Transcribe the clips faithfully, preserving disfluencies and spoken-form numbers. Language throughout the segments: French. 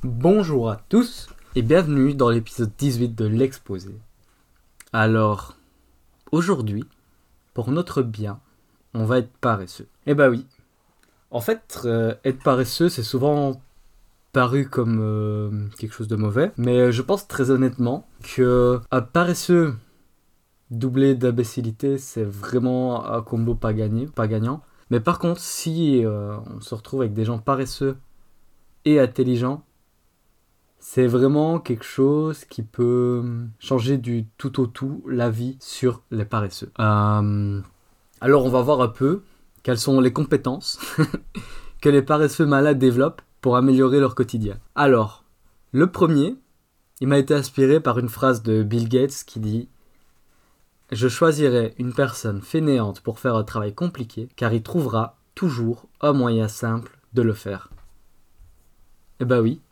Bonjour à tous et bienvenue dans l'épisode dix-huit de l'exposé. Alors, aujourd'hui, pour notre bien, on va être paresseux. Eh bah oui. En fait, euh, être paresseux, c'est souvent paru comme euh, quelque chose de mauvais, mais je pense très honnêtement que un paresseux doublé d'imbécilité, c'est vraiment un combo pas gagné, pas gagnant. Mais par contre, si euh, on se retrouve avec des gens paresseux et intelligents, c'est vraiment quelque chose qui peut changer du tout au tout la vie sur les paresseux. Euh, alors on va voir un peu quelles sont les compétences que les paresseux malades développent pour améliorer leur quotidien. Alors, le premier, il m'a été inspiré par une phrase de Bill Gates qui dit « Je choisirai une personne fainéante pour faire un travail compliqué car il trouvera toujours un moyen simple de le faire. » Eh ben oui.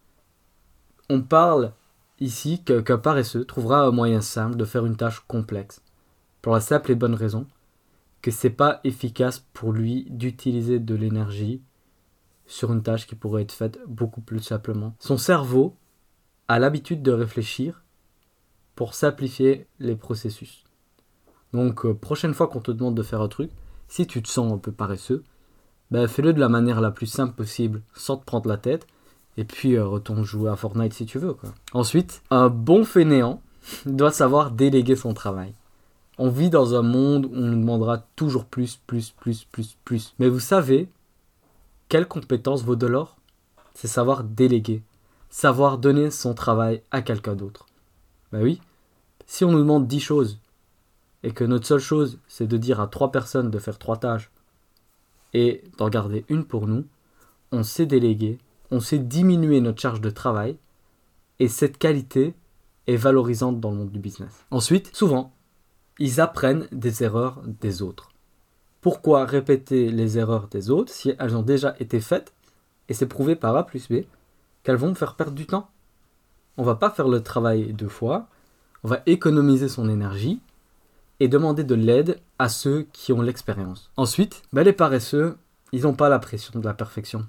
On parle ici que, qu'un paresseux trouvera un moyen simple de faire une tâche complexe, pour la simple et bonne raison que c'est pas efficace pour lui d'utiliser de l'énergie sur une tâche qui pourrait être faite beaucoup plus simplement. Son cerveau a l'habitude de réfléchir pour simplifier les processus. Donc, euh, prochaine fois qu'on te demande de faire un truc, si tu te sens un peu paresseux, ben, fais-le de la manière la plus simple possible, sans te prendre la tête. Et puis euh, retourne jouer à Fortnite si tu veux, quoi. Ensuite, un bon fainéant doit savoir déléguer son travail. On vit dans un monde où on nous demandera toujours plus, plus, plus, plus, plus. Mais vous savez, quelle compétence vaut de l'or ? C'est savoir déléguer. Savoir donner son travail à quelqu'un d'autre. Ben oui, si on nous demande dix choses, et que notre seule chose, c'est de dire à trois personnes de faire trois tâches, et d'en garder une pour nous, on sait déléguer, on sait diminuer notre charge de travail et cette qualité est valorisante dans le monde du business. Ensuite, souvent, ils apprennent des erreurs des autres. Pourquoi répéter les erreurs des autres si elles ont déjà été faites et c'est prouvé par A plus B qu'elles vont me faire perdre du temps ? On va pas faire le travail deux fois, on va économiser son énergie et demander de l'aide à ceux qui ont l'expérience. Ensuite, ben les paresseux, ils n'ont pas la pression de la perfection.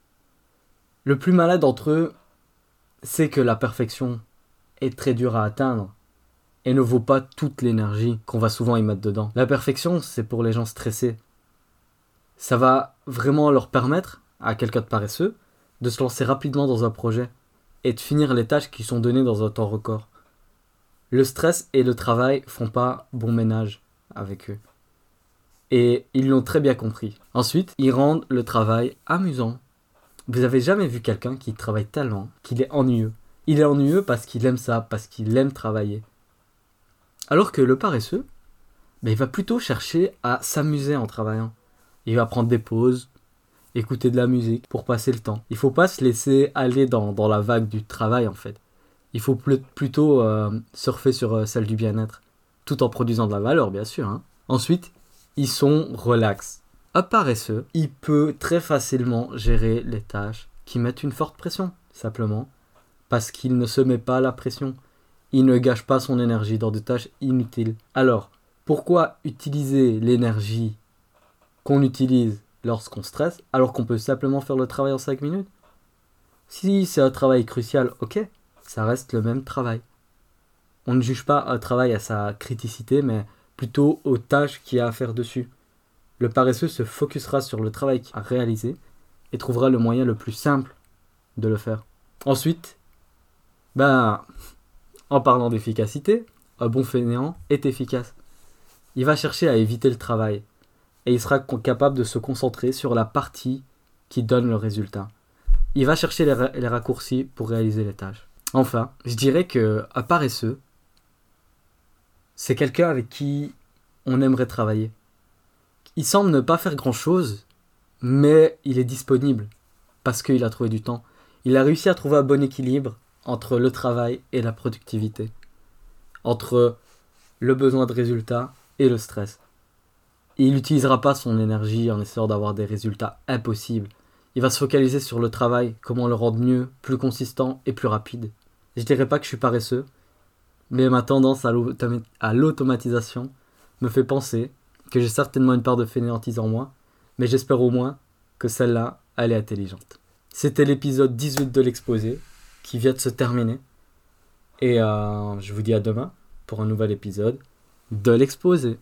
Le plus malade d'entre eux, c'est que la perfection est très dure à atteindre et ne vaut pas toute l'énergie qu'on va souvent y mettre dedans. La perfection, c'est pour les gens stressés. Ça va vraiment leur permettre, à quelqu'un de paresseux, de se lancer rapidement dans un projet et de finir les tâches qui sont données dans un temps record. Le stress et le travail font pas bon ménage avec eux. Et ils l'ont très bien compris. Ensuite, ils rendent le travail amusant. Vous avez jamais vu quelqu'un qui travaille tellement qu'il est ennuyeux. Il est ennuyeux parce qu'il aime ça, parce qu'il aime travailler. Alors que le paresseux, ben, il va plutôt chercher à s'amuser en travaillant. Il va prendre des pauses, écouter de la musique pour passer le temps. Il faut pas se laisser aller dans, dans la vague du travail en fait. Il faut pl- plutôt euh, surfer sur euh, celle du bien-être, tout en produisant de la valeur bien sûr. Hein. Ensuite, ils sont relax. Un paresseux, il peut très facilement gérer les tâches qui mettent une forte pression, simplement, parce qu'il ne se met pas la pression. Il ne gâche pas son énergie dans des tâches inutiles. Alors, pourquoi utiliser l'énergie qu'on utilise lorsqu'on stresse, alors qu'on peut simplement faire le travail en cinq minutes ? Si c'est un travail crucial, ok, ça reste le même travail. On ne juge pas un travail à sa criticité, mais plutôt aux tâches qu'il y a à faire dessus. Le paresseux se focusera sur le travail qu'il a réalisé et trouvera le moyen le plus simple de le faire. Ensuite, ben, en parlant d'efficacité, un bon fainéant est efficace. Il va chercher à éviter le travail et il sera capable de se concentrer sur la partie qui donne le résultat. Il va chercher les, ra- les raccourcis pour réaliser les tâches. Enfin, je dirais qu'un paresseux, c'est quelqu'un avec qui on aimerait travailler. Il semble ne pas faire grand-chose, mais il est disponible parce qu'il a trouvé du temps. Il a réussi à trouver un bon équilibre entre le travail et la productivité, entre le besoin de résultats et le stress. Et il n'utilisera pas son énergie en essayant d'avoir des résultats impossibles. Il va se focaliser sur le travail, comment le rendre mieux, plus consistant et plus rapide. Je dirais pas que je suis paresseux, mais ma tendance à, l'autom- à l'automatisation me fait penser que j'ai certainement une part de fainéantise en moi, mais j'espère au moins que celle-là, elle est intelligente. C'était l'épisode dix-huit de l'exposé qui vient de se terminer. Et euh, je vous dis à demain pour un nouvel épisode de l'exposé.